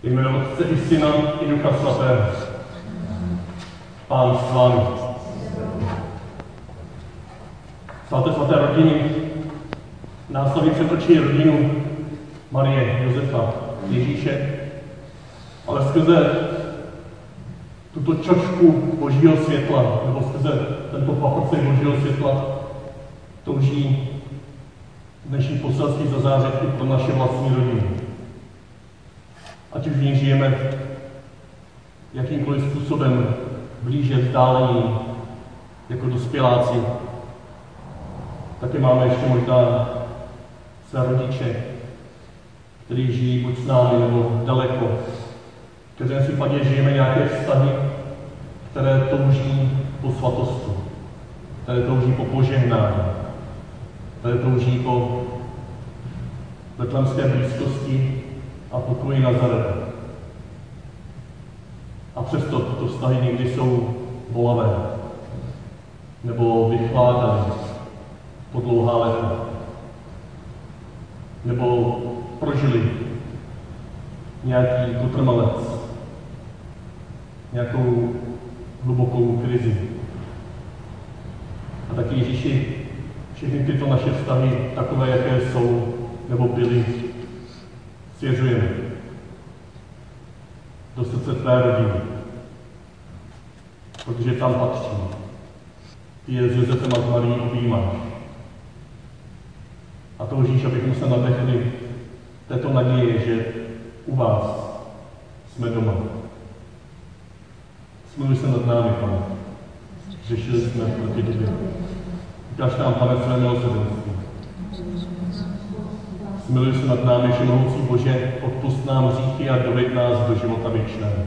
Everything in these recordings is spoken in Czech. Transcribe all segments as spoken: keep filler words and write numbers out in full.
Jméno Otce i Syna i Ducha Svatého. Pán s vámi. Svaté svaté rodiny nás staví před oči rodinu Marie, Josefa, Ježíše, ale skrze tuto čočku Božího světla, nebo skrze tento paprcek Božího světla, touží dnešní poselství zazářit i pro naše vlastní rodiny. Ať už v ní žijeme jakýmkoliv způsobem, blíže, vzdálený, jako dospěláci, taky máme ještě možná své rodiče, kteří žijí buď s námi, nebo daleko. V každém případě žijeme nějaké vztahy, které touží po svatosti, které touží po požehnání, které touží po betlémské blízkosti a pokoji Nazareta. A přesto tyto vztahy někdy jsou bolavé nebo vychládané po dlouhá léta, nebo prožili nějaký kotrmelec, nějakou hlubokou krizi. A taky Ježíši všechny tyto naše vztahy, takové, jaké jsou nebo byly, svěřujeme do srdce tvé rodiny, protože tam patří. Ty je s Josefem a s Marií objímáš. A toužíš, abychom se nadechli této naděje, že u vás jsme doma. Smiluj se nad námi, Pane. Řešili jsme proti tobě. Ukáž nám, Pane, své milosrdenství. Smiluj se nad námi, všemohoucí Bože, odpusť nám hříchy a doveď nás do života věčného.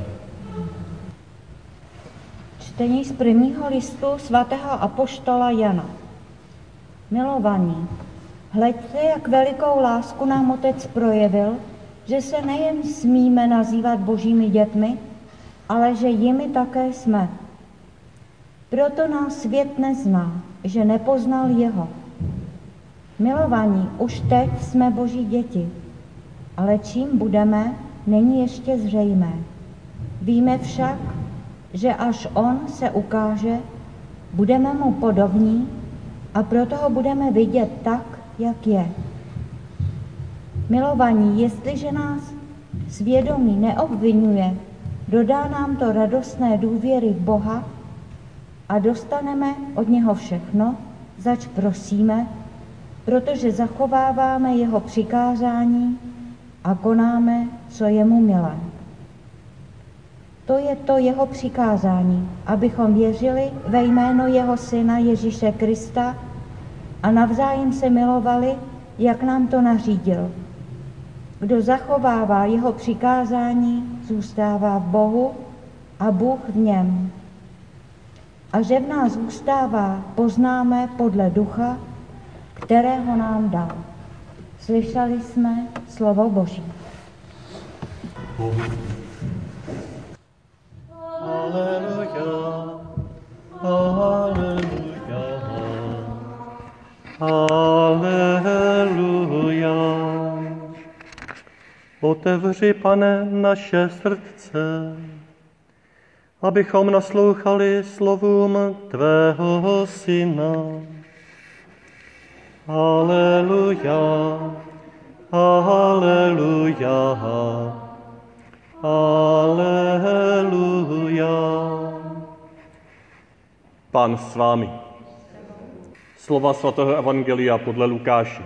Čtení z prvního listu svatého apoštola Jana. Milovaní, hleďte, jak velikou lásku nám Otec projevil, že se nejen smíme nazývat Božími dětmi, ale že jimi také jsme. Proto nás svět nezná, že nepoznal jeho. Milovaní, už teď jsme Boží děti, ale čím budeme, není ještě zřejmé. Víme však, že až on se ukáže, budeme mu podobní a proto ho budeme vidět tak, jak je. Milovaní, jestliže nás svědomí neobvinuje, dodá nám to radostné důvěry v Boha a dostaneme od něho všechno, zač prosíme, protože zachováváme jeho přikázání a konáme, co je mu milé. To je to jeho přikázání, abychom věřili ve jméno jeho syna Ježíše Krista a navzájem se milovali, jak nám to nařídil. Kdo zachovává jeho přikázání, zůstává v Bohu a Bůh v něm. A že v nás zůstává, poznáme podle ducha, kterého nám dal. Slyšeli jsme slovo Boží. Aleluja, aleluja, aleluja. Otevři, Pane, naše srdce, abychom naslouchali slovům tvého Syna. Aleluja, aleluja, aleluja. Pán s vámi. Slova svatého evangelia podle Lukáše.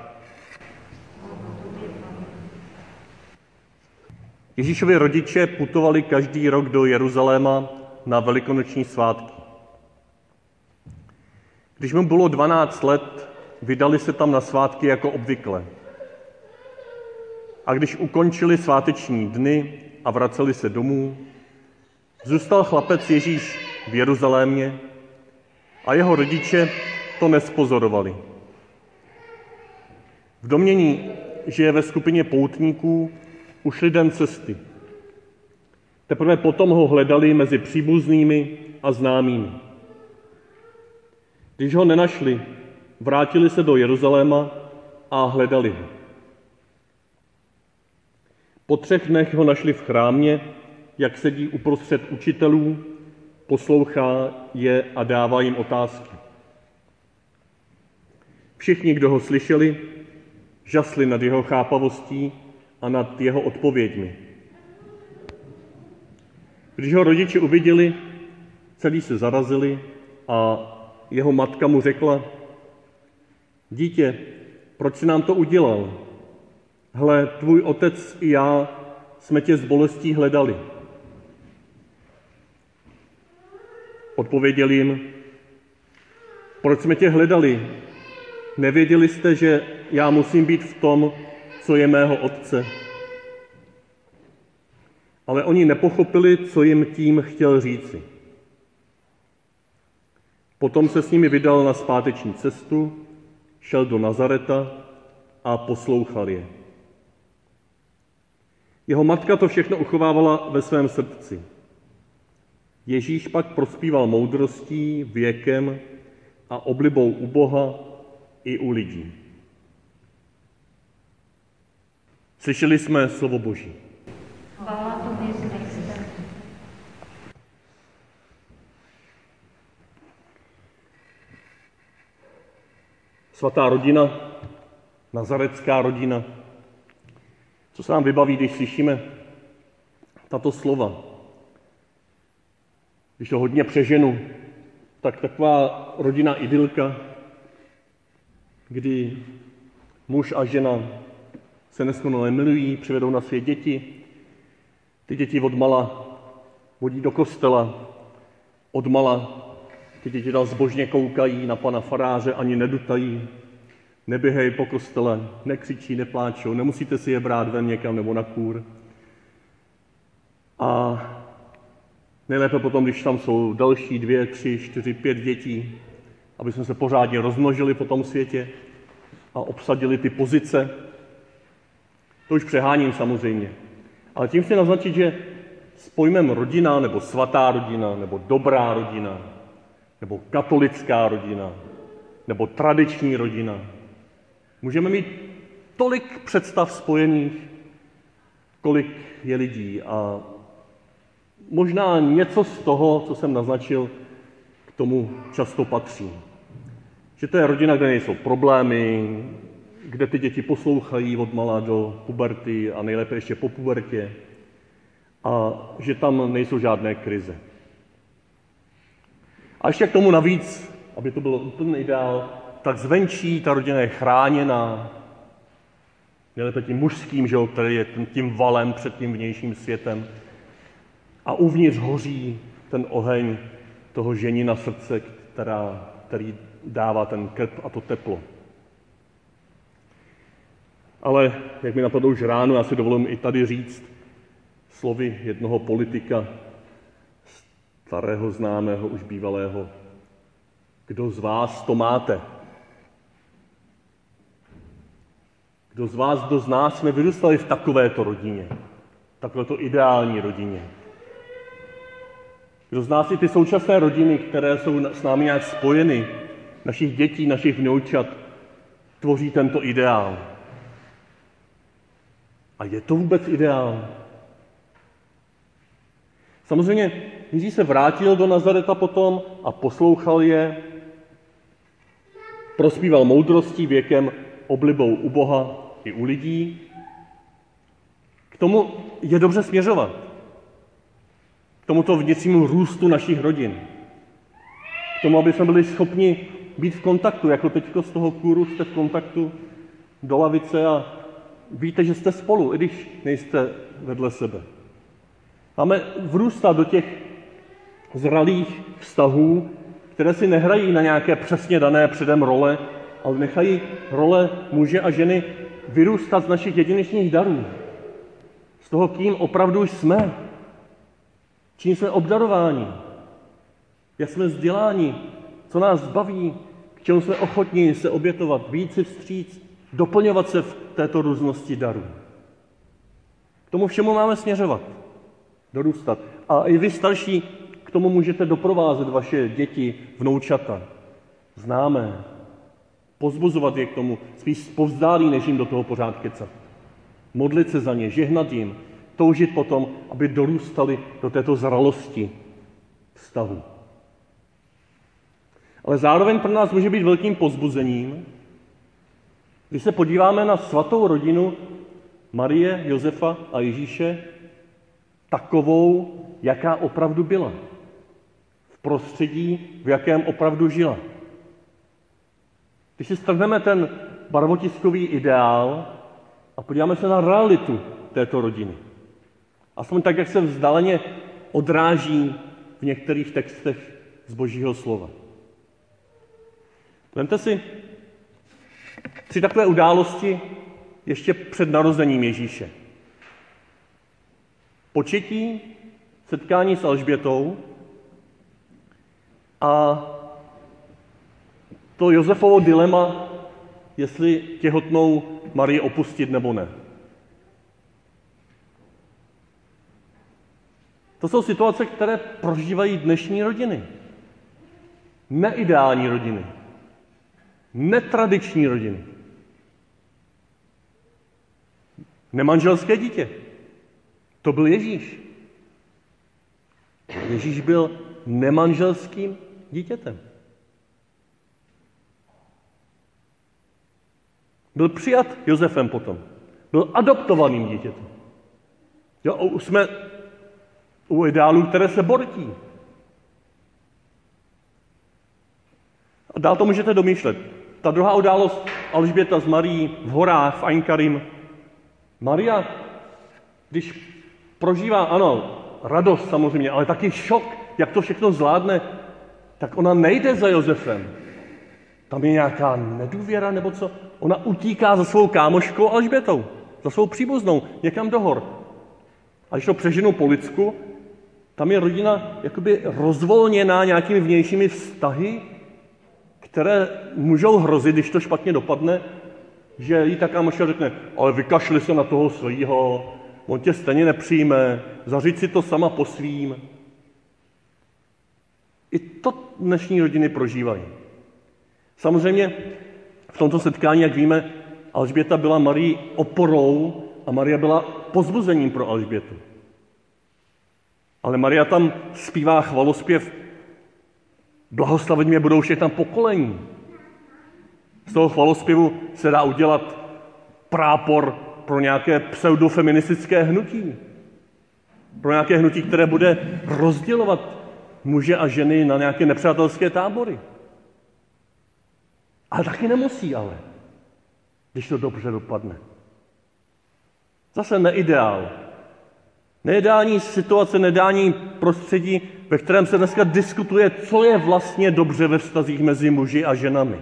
Ježíšovi rodiče putovali každý rok do Jeruzaléma na velikonoční svátky. Když mu bylo dvanáct let, vydali se tam na svátky jako obvykle. A když ukončili sváteční dny a vraceli se domů, zůstal chlapec Ježíš v Jeruzalémě a jeho rodiče to nespozorovali. V domnění, že je ve skupině poutníků, ušli den cesty. Teprve potom ho hledali mezi příbuznými a známými. Když ho nenašli, vrátili se do Jeruzaléma a hledali ho. Po třech dnech ho našli v chrámě, jak sedí uprostřed učitelů, poslouchá je a dává jim otázky. Všichni, kdo ho slyšeli, žasli nad jeho chápavostí a nad jeho odpověďmi. Když ho rodiče uviděli, celí se zarazili a jeho matka mu řekla: Dítě, proč jsi nám to udělal? Hle, tvůj otec i já jsme tě s bolestí hledali. Odpověděl jim: Proč jsme tě hledali? Nevěděli jste, že já musím být v tom, co je mého otce? Ale oni nepochopili, co jim tím chtěl říci. Potom se s nimi vydal na zpáteční cestu, šel do Nazareta a poslouchal je. Jeho matka to všechno uchovávala ve svém srdci. Ježíš pak prospíval moudrostí, věkem a oblibou u Boha i u lidí. Slyšeli jsme slovo Boží. Chvála tobě, Kriste. Svatá rodina, nazaretská rodina. Co se nám vybaví, když slyšíme tato slova? Když to hodně přeženu, tak taková rodina idylka, kdy muž a žena se neskonale milují, přivedou na svět děti. Ty děti odmala vodí do kostela, odmala ty děti tam zbožně koukají na pana faráře, ani nedutají, neběhají po kostele, nekřičí, nepláčou, nemusíte si je brát ven někam nebo na kůr. A nejlépe potom, když tam jsou další dvě, tři, čtyři, pět dětí, aby jsme se pořádně rozmnožili po tom světě a obsadili ty pozice. To už přeháním samozřejmě. Ale tím chci naznačit, že s pojmem rodina, nebo svatá rodina, nebo dobrá rodina, nebo katolická rodina, nebo tradiční rodina, můžeme mít tolik představ spojených, kolik je lidí. A možná něco z toho, co jsem naznačil, k tomu často patří. Že to je rodina, kde nejsou problémy, kde ty děti poslouchají od mala do puberty a nejlépe ještě po pubertě, a že tam nejsou žádné krize. A ještě k tomu navíc, aby to bylo úplný ideál, tak zvenčí ta rodina je chráněná, nejlépe tím mužským, že jo, který je tím valem před tím vnějším světem. A uvnitř hoří ten oheň toho ženina srdce, která, který dává ten krb a to teplo. Ale, jak mi napadlo už ráno, já si dovolím i tady říct slovy jednoho politika, starého známého, už bývalého: Kdo z vás to máte? Kdo z vás, kdo z nás jsme vyrůstali v takovéto rodině, v takovéto ideální rodině? Kdo z nás i ty současné rodiny, které jsou s námi nějak spojeny, našich dětí, našich vnoučat, tvoří tento ideál? A je to vůbec ideál? Samozřejmě Ježíš se vrátil do Nazareta potom a poslouchal je, prospíval moudrostí, věkem, oblibou u Boha i u lidí. K tomu je dobře směřovat. K tomuto vnitřnímu růstu našich rodin. K tomu, aby jsme byli schopni být v kontaktu, jako teďko z toho kůru jste v kontaktu do lavice a víte, že jste spolu, i když nejste vedle sebe. Máme vrůstat do těch zralých vztahů, které si nehrají na nějaké přesně dané předem role, ale nechají role muže a ženy vyrůstat z našich jedinečných darů. Z toho, kým opravdu jsme. Čím jsme obdarováni. Jak jsme vzděláni. Co nás baví. K čemu jsme ochotní se obětovat. Víc si vstříc. Doplňovat se v této různosti darů. K tomu všemu máme směřovat. Dorůstat. A i vy starší k tomu můžete doprovázet vaše děti, vnoučata, známé, pozbuzovat je k tomu, spíš povzdálí, než jim do toho pořád kecat. modlit se za ně, žehnat jim, toužit potom, aby dorůstali do této zralosti vztahu. Ale zároveň pro nás může být velkým povzbuzením, když se podíváme na svatou rodinu Marie, Josefa a Ježíše, takovou, jaká opravdu byla. V prostředí, v jakém opravdu žila. Když si strhneme ten barvotiskový ideál a podíváme se na realitu této rodiny, aspoň tak, jak se vzdáleně odráží v některých textech z Božího slova. Vemte si tři takové události ještě před narozením Ježíše. Početí, setkání s Alžbětou a to Josefovo dilema, jestli těhotnou Marii opustit nebo ne. To jsou situace, které prožívají dnešní rodiny. Neideální rodiny. Netradiční rodiny. Nemanželské dítě. To byl Ježíš. Ježíš byl nemanželským dítětem. Byl přijat Josefem potom. Byl adoptovaným dítětem. Jo, už jsme u ideálů, které se bortí. A dál to můžete domýšlet. Ta druhá událost Alžběta s Marií v horách v Ainkarim. Maria, když prožívá, ano, radost samozřejmě, ale taky šok, jak to všechno zvládne, tak ona nejde za Josefem. Tam je nějaká nedůvěra nebo co? Ona utíká za svou kámoškou Alžbětou, za svou příbuznou, někam do hor. A když to přeženu po lidsku, tam je rodina jakoby rozvolněná nějakými vnějšími vztahy, které můžou hrozit, když to špatně dopadne, že jí ta kámoška řekne, ale vykašli se na toho svýho, on tě stejně nepřijme, zařiď si to sama po svým. I to dnešní rodiny prožívají. Samozřejmě v tomto setkání, jak víme, Alžběta byla Marii oporou a Maria byla povzbuzením pro Alžbětu. Ale Maria tam zpívá chvalospěv, blahoslaveň mě budou všechna pokolení. Z toho chvalospěvu se dá udělat prápor pro nějaké pseudofeministické hnutí. Pro nějaké hnutí, které bude rozdělovat muže a ženy na nějaké nepřátelské tábory. Ale taky nemusí, ale, když to dobře dopadne. Zase neideál. Neideální situace, neideální prostředí, ve kterém se dneska diskutuje, co je vlastně dobře ve vztazích mezi muži a ženami.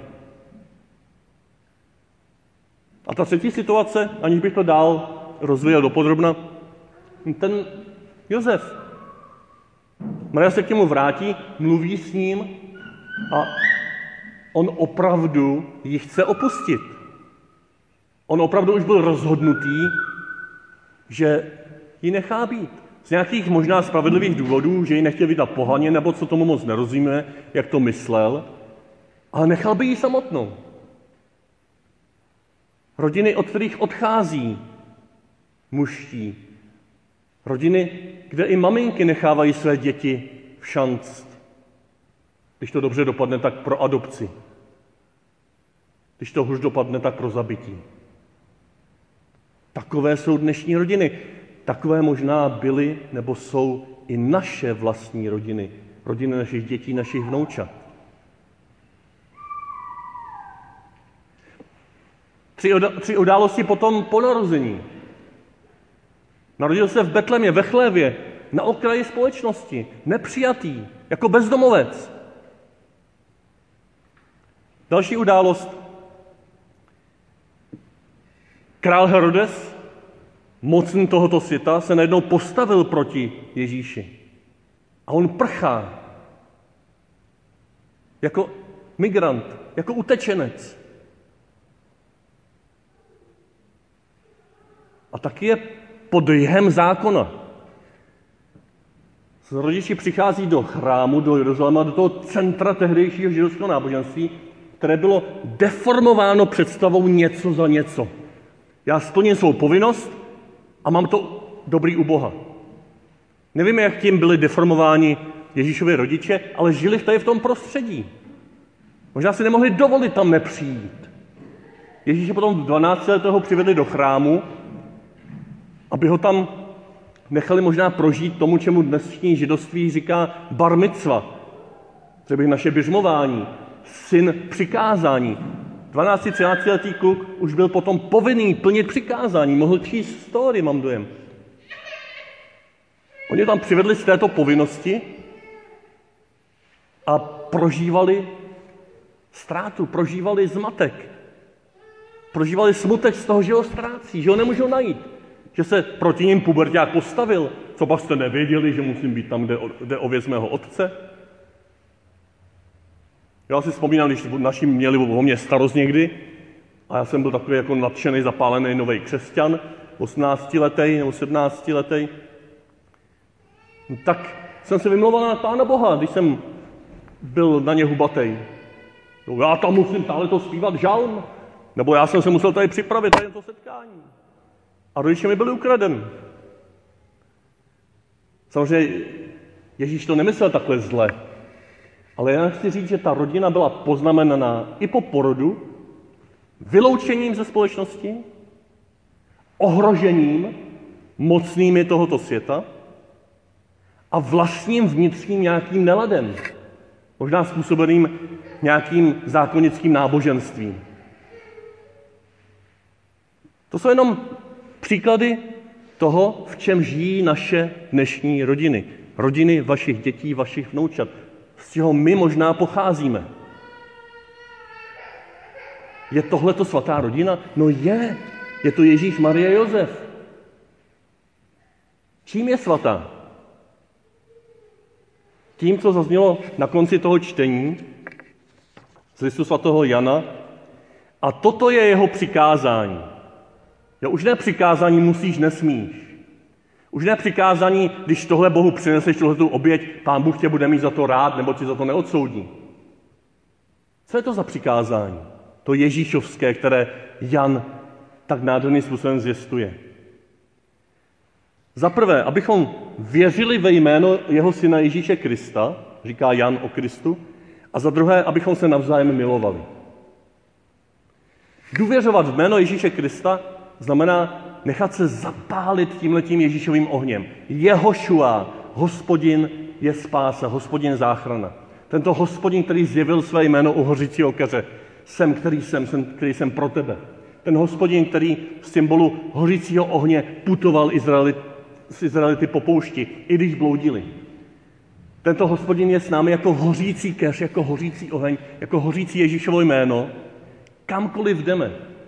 A ta třetí situace, aniž bych to dál rozvíjel dopodrobna, ten Josef. Maria se k němu vrátí, mluví s ním a on opravdu ji chce opustit. On opravdu už byl rozhodnutý, že ji nechá být. Z nějakých možná spravedlivých důvodů, že ji nechtěl vydat pohaně, nebo co tomu moc nerozumíme, jak to myslel, ale nechal by ji samotnou. Rodiny, od kterých odchází mužští. Rodiny, kde i maminky nechávají své děti v šanc. Když to dobře dopadne, tak pro adopci. Když to hůř dopadne, tak pro zabití. Takové jsou dnešní rodiny. Takové možná byly nebo jsou i naše vlastní rodiny. Rodiny našich dětí, našich vnoučat. Tři, od, tři události potom po narození. Narodil se v Betlemě, ve chlévě, na okraji společnosti, nepřijatý, jako bezdomovec. Další událost. Král Herodes, mocný tohoto světa, se najednou postavil proti Ježíši. A on prchá. Jako migrant, jako utečenec. A taky je pod jhem zákona. Rodiči přichází do chrámu, do Jeruzaléma, do toho centra tehdejšího židovského náboženství, které bylo deformováno představou něco za něco. Já splním svou povinnost, a mám to dobrý u Boha. Nevíme, jak tím byli deformováni Ježíšovi rodiče, ale žili tady v tom prostředí. Možná si nemohli dovolit tam nepřijít. Ježíše potom dvanáctiletého přivedli do chrámu, aby ho tam nechali možná prožít tomu, čemu dnešní židovství říká bar micva, třeba naše běžmování, syn přikázání. dvanácti třináctiletý kluk už byl potom povinný plnit přikázání, mohl číst story, mám dojem. Oni tam přivedli z této povinnosti a prožívali ztrátu, prožívali zmatek, prožívali smutek z toho, že ho ztrácí, že ho nemůžou najít, že se proti ním puberťák postavil. Co pak jste nevěděli, že musím být tam, kde, kde ověc mého otce? Já si vzpomínám, když naši měli o mě starost někdy, a já jsem byl takový jako nadšený, zapálený nový křesťan, osmnáctiletý nebo sedmnáctiletý, tak jsem se vymlouval na Pána Boha, když jsem byl na ně hubatej. No, já tam musím táhle to zpívat žalm, nebo já jsem se musel tady připravit, tady to setkání. A rodiče mi byli ukraden. Samozřejmě Ježíš to nemyslel takhle zle, ale já chci říct, že ta rodina byla poznamenaná i po porodu vyloučením ze společnosti, ohrožením mocnými tohoto světa a vlastním vnitřním nějakým neladem, možná způsobeným nějakým zákonickým náboženstvím. To jsou jenom příklady toho, v čem žijí naše dnešní rodiny. Rodiny vašich dětí, vašich vnoučat, z čeho my možná pocházíme. Je tohleto svatá rodina? No je. Je to Ježíš, Marie, Josef. Čím je svatá? Tím, co zaznělo na konci toho čtení z listu svatého Jana, a toto je jeho přikázání. Jo, už ne přikázání musíš, nesmíš. Už ne přikázání, když tohle Bohu přineseš tuhletu oběť, Pán Bůh tě bude mít za to rád, nebo ti za to neodsoudí. Co je to za přikázání? To ježíšovské, které Jan tak nádherným způsobem zvěstuje. Za prvé, abychom věřili ve jméno jeho syna Ježíše Krista, říká Jan o Kristu, a za druhé, abychom se navzájem milovali. Důvěřovat v jméno Ježíše Krista znamená nechat se zapálit tímhletím Ježíšovým ohněm. Jehošua, Hospodin je spása, Hospodin záchrana. Tento Hospodin, který zjevil své jméno u hořícího keře. Jsem, který jsem, jsem, který jsem pro tebe. Ten Hospodin, který v symbolu hořícího ohně putoval Izraeli, z Izraelity po poušti, i když bloudili. Tento Hospodin je s námi jako hořící keř, jako hořící oheň, jako hořící Ježíšovo jméno, kamkoliv jdeme.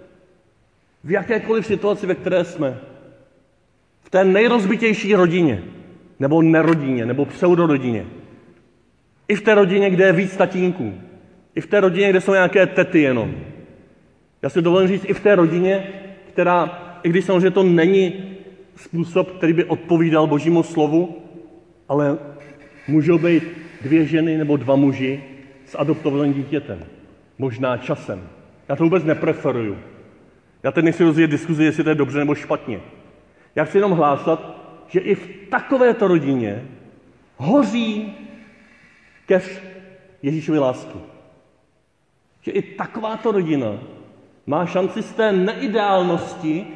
V jakékoliv situaci, ve které jsme. V té nejrozbitější rodině, nebo nerodině, nebo pseudorodině. I v té rodině, kde je víc tatínků. I v té rodině, kde jsou nějaké tety jenom. Já si dovolím říct, i v té rodině, která, i když samozřejmě to není způsob, který by odpovídal Božímu slovu, ale můžou být dvě ženy nebo dva muži s adoptovaným dítětem. Možná časem. Já to vůbec nepreferuju. Já teď nechci rozvíjet diskuzi, jestli to je dobře nebo špatně. Já chci jenom hlásat, že i v takovéto rodině hoří keř Ježíšovy lásky. Že i takováto rodina má šanci z té neideálnosti,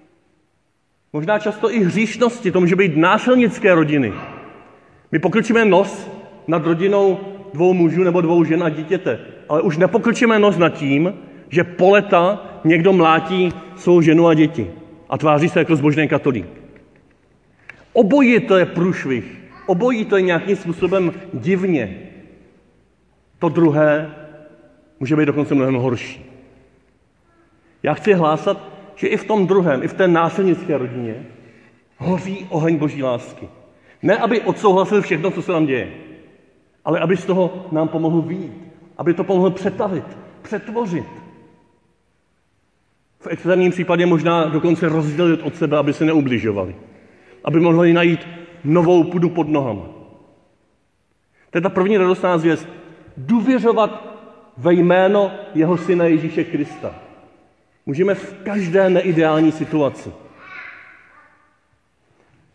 možná často i hříšnosti, to může být násilnické rodiny. My pokrčíme nos nad rodinou dvou mužů nebo dvou žen a dítěte, ale už nepokrčíme nos nad tím, že po leta někdo mlátí svou ženu a děti a tváří se jako zbožný katolík. Obojí to je průšvih, obojí to je nějakým způsobem divně. To druhé může být dokonce mnohem horší. Já chci hlásat, že i v tom druhém, i v té násilnické rodině hoří oheň Boží lásky. Ne, aby odsouhlasil všechno, co se nám děje, ale aby z toho nám pomohl vyjít, aby to pomohl přetavit, přetvořit. V extrémním případě možná dokonce rozdělit od sebe, aby se neubližovali. Aby mohli najít novou půdu pod nohama. To je ta první radostná zvěst. Důvěřovat ve jméno jeho syna Ježíše Krista. Můžeme v každé neideální situaci.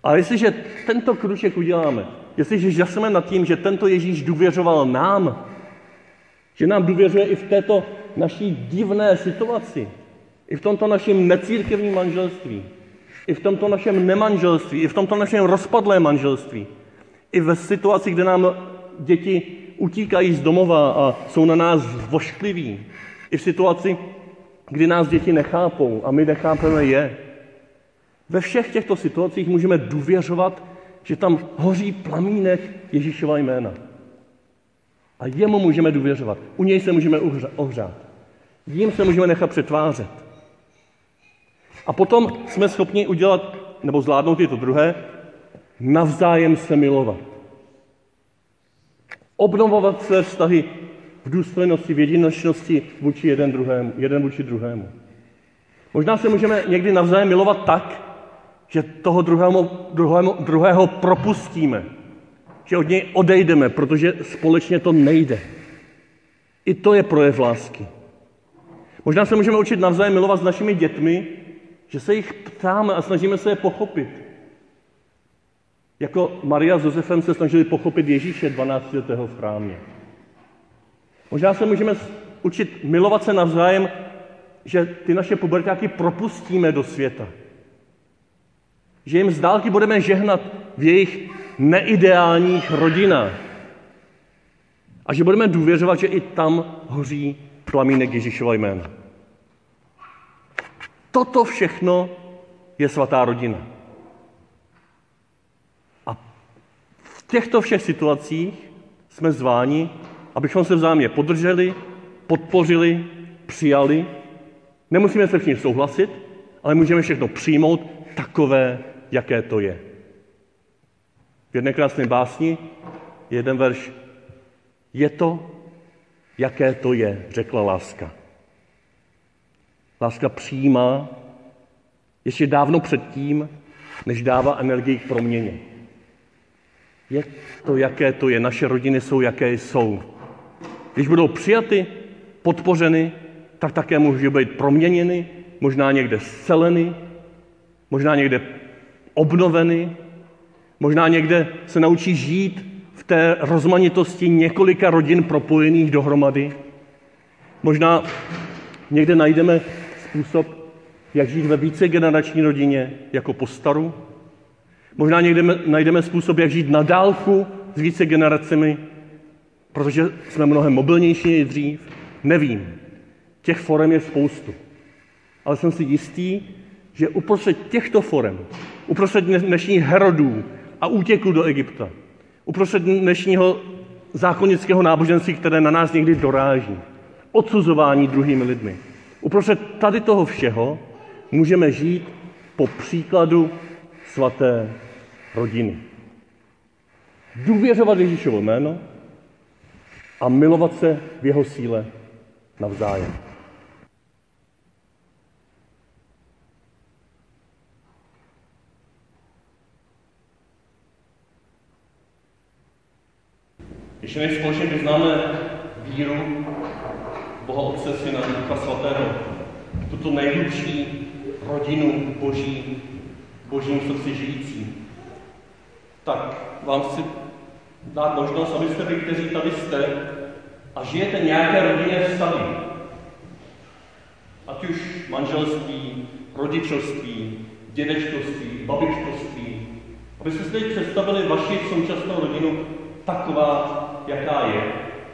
Ale jestliže tento kruček uděláme, jestliže žasneme nad tím, že tento Ježíš důvěřoval nám, že nám důvěřuje i v této naší divné situaci, i v tomto našem necírkevním manželství, i v tomto našem nemanželství, i v tomto našem rozpadlém manželství, i ve situaci, kde nám děti utíkají z domova a jsou na nás voškliví, i v situaci, kdy nás děti nechápou a my nechápeme je. Ve všech těchto situacích můžeme důvěřovat, že tam hoří plamínek Ježíšova jména. A jemu můžeme důvěřovat. U něj se můžeme ohřát. Jím se můžeme nechat přetvářet. A potom jsme schopni udělat, nebo zvládnout i to druhé, navzájem se milovat. Obnovovat své vztahy v důstojnosti, v jedinečnosti vůči jeden druhému, jeden vůči druhému. Možná se můžeme někdy navzájem milovat tak, že toho druhého, druhého, druhého propustíme, že od něj odejdeme, protože společně to nejde. I to je projev lásky. Možná se můžeme učit navzájem milovat s našimi dětmi, že se jich ptáme a snažíme se je pochopit. Jako Maria s Josefem se snažili pochopit Ježíše dvanáctiletého v chrámě. Možná se můžeme učit milovat se navzájem, že ty naše puberťáky propustíme do světa. Že jim z dálky budeme žehnat v jejich neideálních rodinách. A že budeme důvěřovat, že i tam hoří plamínek Ježíšova jména. Toto všechno je svatá rodina. A v těchto všech situacích jsme zváni, abychom se vzájemně podrželi, podpořili, přijali. Nemusíme se všichni souhlasit, ale můžeme všechno přijmout takové, jaké to je. V jedné krásné básni je jeden verš. Je to, jaké to je, řekla láska. Láska přijímá ještě dávno předtím, než dává energii k proměně. Je to, jaké to je. Naše rodiny jsou, jaké jsou. Když budou přijaty, podpořeny, tak také můžou být proměněny, možná někde zceleny, možná někde obnoveny, možná někde se naučí žít v té rozmanitosti několika rodin propojených dohromady. Možná někde najdeme způsob, jak žít ve vícegenerační rodině jako postaru. Možná někde najdeme způsob, jak žít na dálku s více generacemi, protože jsme mnohem mobilnější než dřív. Nevím. Těch forem je spoustu. Ale jsem si jistý, že uprostřed těchto forem, uprostřed dnešních Herodů a útěků do Egypta, uprostřed dnešního zákonického náboženství, které na nás někdy doráží, odsuzování druhými lidmi, uprostřed tady toho všeho můžeme žít po příkladu svaté rodiny. Důvěřovat Ježíšovo jméno a milovat se v jeho síle navzájem. Ještě než společně vyznáme víru Boha Otce, Syna, Ducha Svatého, tuto nejhlubší rodinu Boží, Božím srdci žijící, tak vám chci dát možnost, abyste vy, kteří tady jste a žijete nějaké rodinné vztahy, ať už manželství, rodičovství, dědečkovství, babičkovství, abyste si teď představili vaši současnou rodinu taková, jaká je.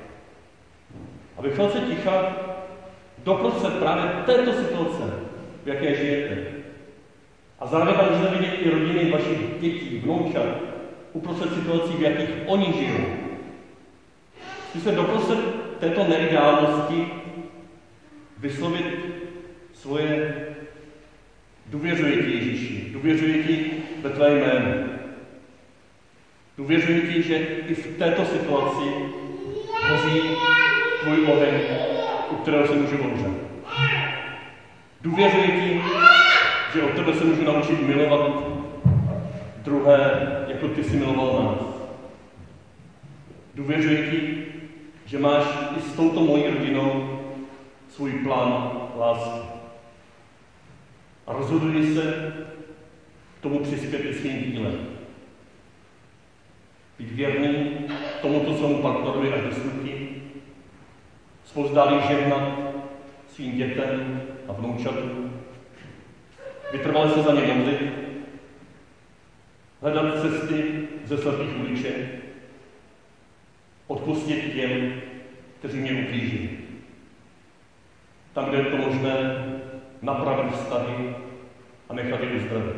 A ve chvilce ticha doprostřed právě této situace, v jaké žijete. A zároveň můžete vidět i rodiny vašich dětí, vnoučat, uprostřed situací, v jakých oni žijou. Chci se doprostřed této neideálnosti vyslovit svoje důvěřuji ti, Ježíši, důvěřuji ti ve tvé jméno. Důvěřuji ti, že i v této situaci hoří tvůj oheň, u kterého se můžu ohřát. Důvěřuji ti, že od tebe se můžu naučit milovat druhé, jako ty jsi miloval nás. Důvěřuji ti, že máš i s touto mojí rodinou svůj plán lásky. A rozhoduji se, k tomu přispět i svým dílem. Být věrný tomuto svému partnerovi až do smrti, zpovzdálí žehnat svým dětem a vnoučatům, vytrvale se za ně modlit, hledat cesty ze slepých uliček, odpustit těm, kteří mě ublížili. Tam, kde je to možné, napravit vztahy a nechat je uzdravit.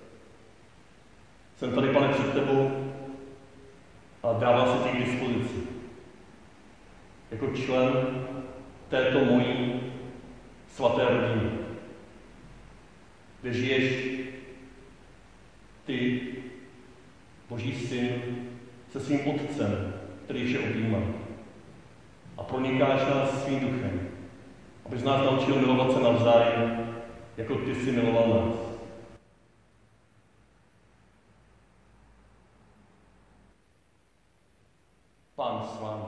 Jsem tady, Pane, před tebou a dávám se ti k dispozici. Jako člen této mojí svaté rodiny, kde žiješ ty, Boží syn, se svým Otcem, který vše objímá. A pronikáš nás svým duchem, abys nás naučil milovat se navzájem, jako ty jsi miloval nás. Pán s vámi.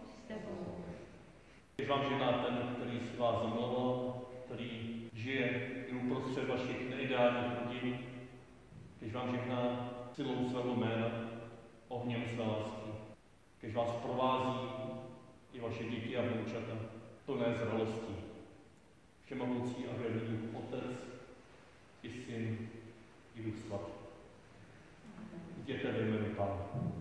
Když vám žehná ten, který si vás zamiloval, který žije i uprostřed vašich neideálních rodin, když vám žehná silou svého jména, ohněm své lásky, když vás provází i vaše děti a vnoučata, plné zralosti. Všemohoucí a věrný Otec, i Syn, i Duch Svatý. Jděte ve jménu Pána.